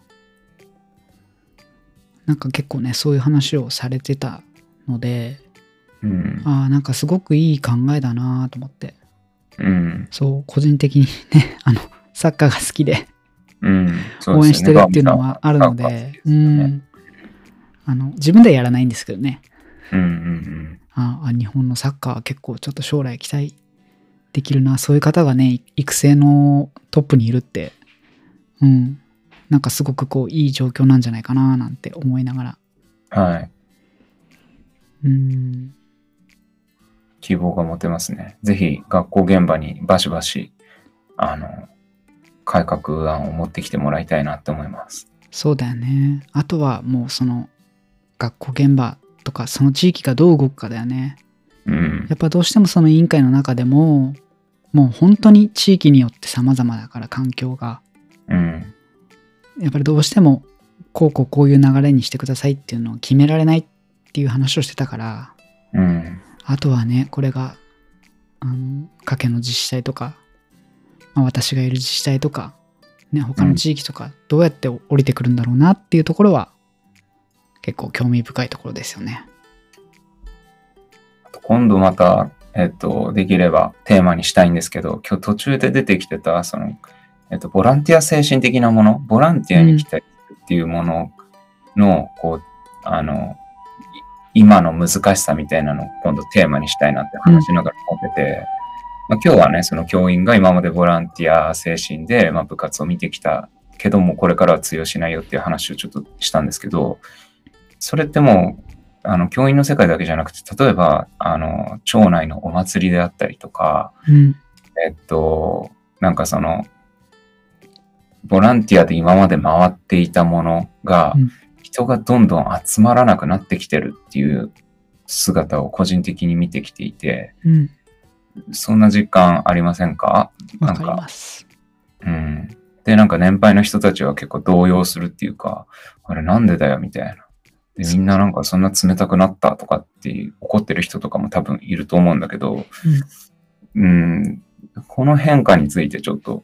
A: なんか結構ねそういう話をされてたので、なんかすごくいい考えだなと思って、そう個人的にねサッカーが好きで、応援してるっていうのはあるので、自分ではやらないんですけどね、日本のサッカーは結構ちょっと将来期待できるな、そういう方がね育成のトップにいるって、なんかすごくこういい状況なんじゃないかななんて思いながら、
B: 希望が持てますね。ぜひ学校現場にバシバシ改革案を持ってきてもらいたいなって思います。
A: そうだよね。あとはもうその学校現場とかその地域がどう動くかだよね。やっぱどうしてもその委員会の中でももう本当に地域によって様々だから環境が、やっぱりどうしてもこういう流れにしてくださいっていうのを決められないっていう話をしてたから、あとはねこれが家計の自治体とか、私がいる自治体とか、ね、他の地域とかどうやって降りてくるんだろうなっていうところは結構興味深いところですよね。
B: 今度また、できればテーマにしたいんですけど、今日途中で出てきてたボランティア精神的なもの、ボランティアに来たいっていうものの、今の難しさみたいなのを今度テーマにしたいなって話しながら思ってて、今日はね、その教員が今までボランティア精神で、部活を見てきたけども、これからは通用しないよっていう話をちょっとしたんですけど、それってもう、教員の世界だけじゃなくて、例えば、町内のお祭りであったりとか、なんかボランティアで今まで回っていたものが、人がどんどん集まらなくなってきてるっていう姿を個人的に見てきていて、そんな実感ありませんか？
A: わかります。
B: で、なんか年配の人たちは結構動揺するっていうか、あれなんでだよみたいな。で、みんななんかそんな冷たくなったとかって怒ってる人とかも多分いると思うんだけど、この変化についてちょっと、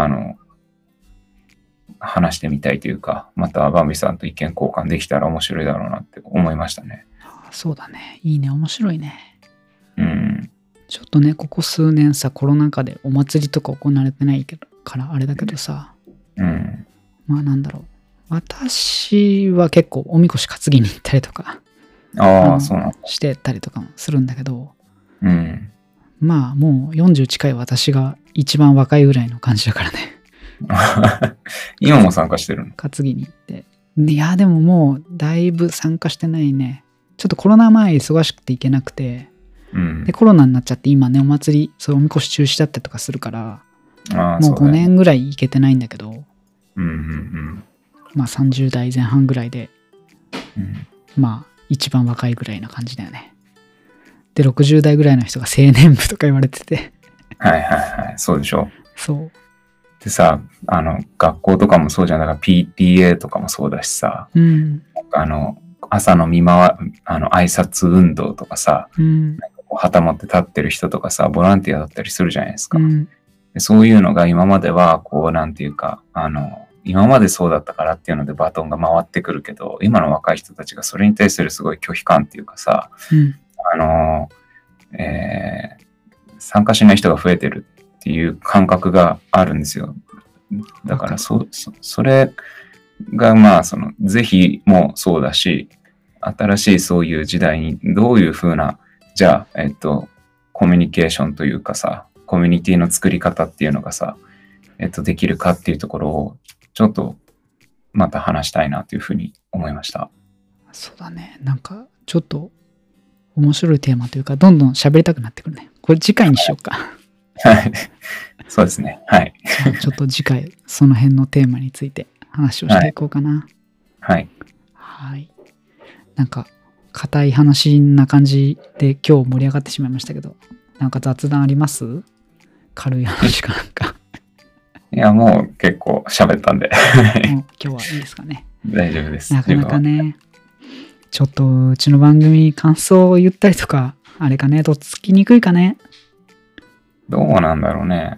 B: 話してみたいというか、またバンビさんと意見交換できたら面白いだろうなって思いましたね。
A: そうだね。いいね。面白いね。ちょっとね、ここ数年さ、コロナ禍でお祭りとか行われてないからあれだけどさ、まあなんだろう。私は結構おみこし担ぎに行ったりとか、
B: そうなんだ。
A: してたりとかもするんだけど、まあもう40近い私が一番若いぐらいの感じだからね。
B: 今も参加してるの？
A: 担ぎに行って。いや、でももうだいぶ参加してないね。ちょっとコロナ前忙しくて行けなくて、でコロナになっちゃって今ねお祭りそうおみこし中止だったりとかするから、もう5年ぐらい行けてないんだけど、まあ30代前半ぐらいで、まあ一番若いぐらいな感じだよね。で60代ぐらいの人が青年部とか言われてて
B: そうでしょ。
A: そう
B: でさ、学校とかもそうじゃん。だから PTA とかもそうだしさ、 朝の挨拶運動とかさ、
A: うん。
B: 旗持って立ってる人とかさ、ボランティアだったりするじゃないですか。
A: うん。
B: でそういうのが今までは、こう、なんていうか、今までそうだったからっていうのでバトンが回ってくるけど、今の若い人たちがそれに対するすごい拒否感っていうかさ、
A: うん。
B: 参加しない人が増えてるっていう感覚があるんですよ。だからそれがまあ是非もそうだし、新しいそういう時代にどういうふうな、じゃあ、コミュニケーションというかさ、コミュニティの作り方っていうのがさ、できるかっていうところをちょっとまた話したいなというふうに思いました。
A: そうだね。なんかちょっと面白いテーマというか、どんどん喋りたくなってくるね。これ次回にしようか。
B: はい。そうですね。はい。
A: じゃあちょっと次回その辺のテーマについて話をしていこうかな。
B: はい。
A: はい。なんか硬い話な感じで今日盛り上がってしまいましたけど、なんか雑談あります？軽い話かなんか。
B: いや、もう結構喋ったんで。
A: もう今日はいいですかね。
B: 大丈夫です。
A: なかなかね、ちょっとうちの番組に感想を言ったりとか、あれかね、とっつきにくいかね。
B: どうなんだろうね。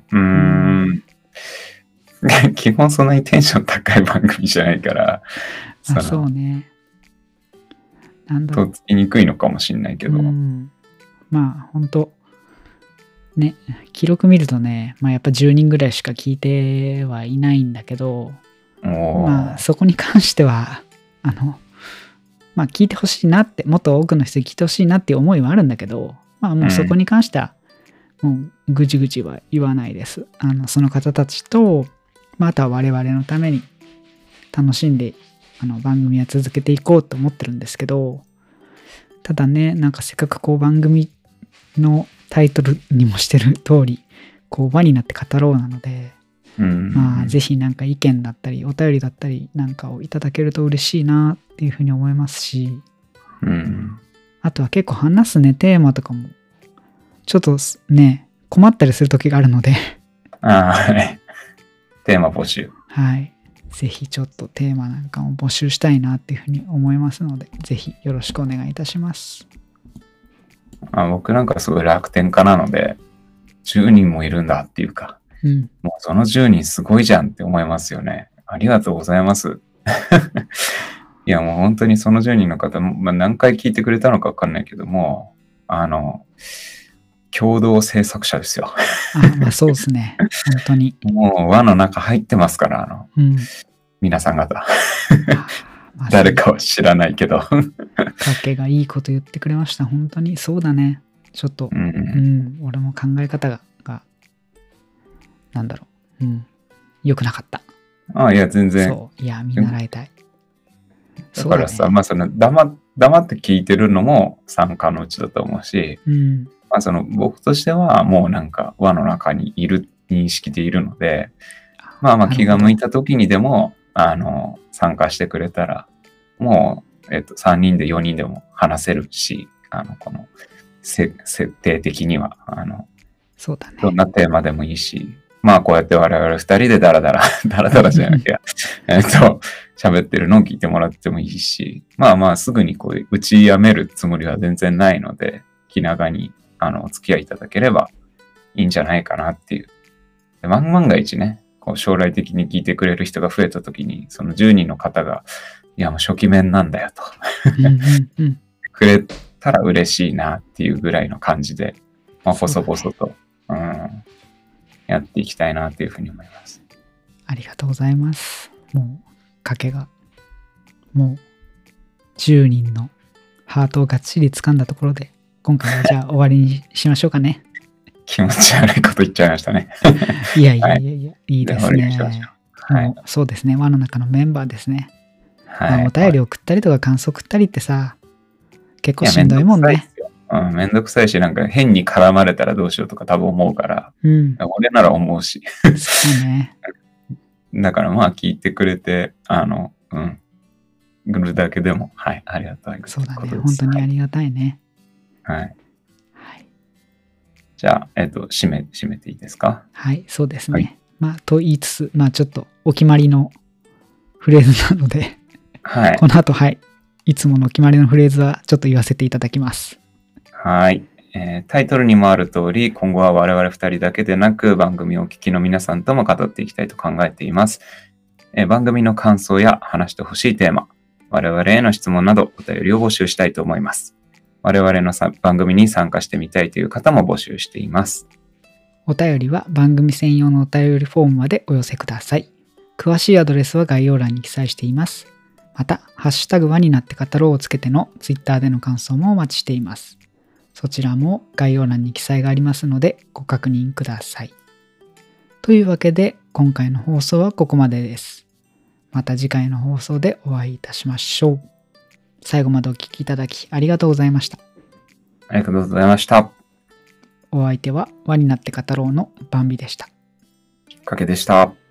B: 基本そんなにテンション高い番組じゃないから、
A: そうね。なんだろう。
B: とっつきにくいのかもしれないけど。
A: まあ、ほんと、ね、記録見るとね、まあやっぱ10人ぐらいしか聞いてはいないんだけど、まあそこに関しては、まあ聞いてほしいなって、もっと多くの人に聞いてほしいなっていう思いはあるんだけど、まあもうそこに関しては、もうぐちぐちは言わないです。その方たちと、まああとは我々のために楽しんで、番組は続けていこうと思ってるんですけど、ただね、なんかせっかくこう番組のタイトルにもしてる通り、こう輪になって語ろうなので、まあぜひなんか意見だったりお便りだったりなんかをいただけると嬉しいなっていうふうに思いますし、あとは結構話すねテーマとかもちょっとね困ったりする時があるので
B: テーマ募集、
A: はい、ぜひちょっとテーマなんかも募集したいなっていうふうに思いますので、ぜひよろしくお願いいたします。
B: 僕なんかすごい楽天家なので、10人もいるんだっていうか、もうその10人すごいじゃんって思いますよね。ありがとうございます。いやもう本当にその10人の方、何回聞いてくれたのか分かんないけども、共同制作者ですよ。
A: まあそうですね。本当に。
B: もう輪の中入ってますから、皆さん方。誰かは知らないけど。か
A: けがいいこと言ってくれました。本当にそうだね。ちょっと、俺も考え方がなんだろう、良くなかった。
B: いや全然。
A: そう、いや見習いたい。
B: だからさ、まあ黙って聞いてるのも参加のうちだと思うし、まあ僕としてはもうなんか輪の中にいる認識でいるので、まあ気が向いた時にでも参加してくれたら、もう、3人で4人でも話せるし、この設定的には、
A: そうだね。
B: どんなテーマでもいいし、まあこうやって我々2人でダラダラじゃなきゃ、喋ってるのを聞いてもらってもいいし、まあすぐにこう打ちやめるつもりは全然ないので、気長にお付き合いいただければいいんじゃないかなっていう。で万が一ね、将来的に聞いてくれる人が増えたときに、その10人の方が、いやもう初期面なんだよとくれたら嬉しいなっていうぐらいの感じで、細々と、やっていきたいなというふうに思います。
A: ありがとうございます。もう賭けがもう10人のハートをがっちり掴んだところで、今回はじゃあ終わりにしましょうかね。
B: 気持ち悪いこと言っちゃいましたね。
A: いや、いいですね。
B: はい、
A: そうですね。輪の中のメンバーですね。
B: はい、
A: お便り送ったりとか感想送ったりってさ、結構しんどいもんね。
B: めんどくさいし、なんか変に絡まれたらどうしようとか多分思うから、俺なら思うし。
A: そうね。
B: だからまあ聞いてくれて、ぐるだけでも、はい、ありがたいことです。
A: そうだね。本当にありがたいね。
B: はい。じゃあ、締めていいですか？
A: はい、そうですね。と言いつつ、ちょっとお決まりのフレーズなので、この後、 いつものお決まりのフレーズはちょっと言わせていただきます。
B: はい。タイトルにもある通り、今後は我々2人だけでなく、番組をお聞きの皆さんとも語っていきたいと考えています。番組の感想や話してほしいテーマ、我々への質問などお便りを募集したいと思います。我々の番組に参加してみたいという方も募集しています。
A: お便りは番組専用のお便りフォームまでお寄せください。詳しいアドレスは概要欄に記載しています。また、ハッシュタグ輪になって語ろうをつけてのツイッターでの感想もお待ちしています。そちらも概要欄に記載がありますのでご確認ください。というわけで今回の放送はここまでです。また次回の放送でお会いいたしましょう。最後までお聞きいただきありがとうございました。
B: ありがとうございました。
A: お相手は輪になって語ろうのバンビでした。
B: きっかけでした。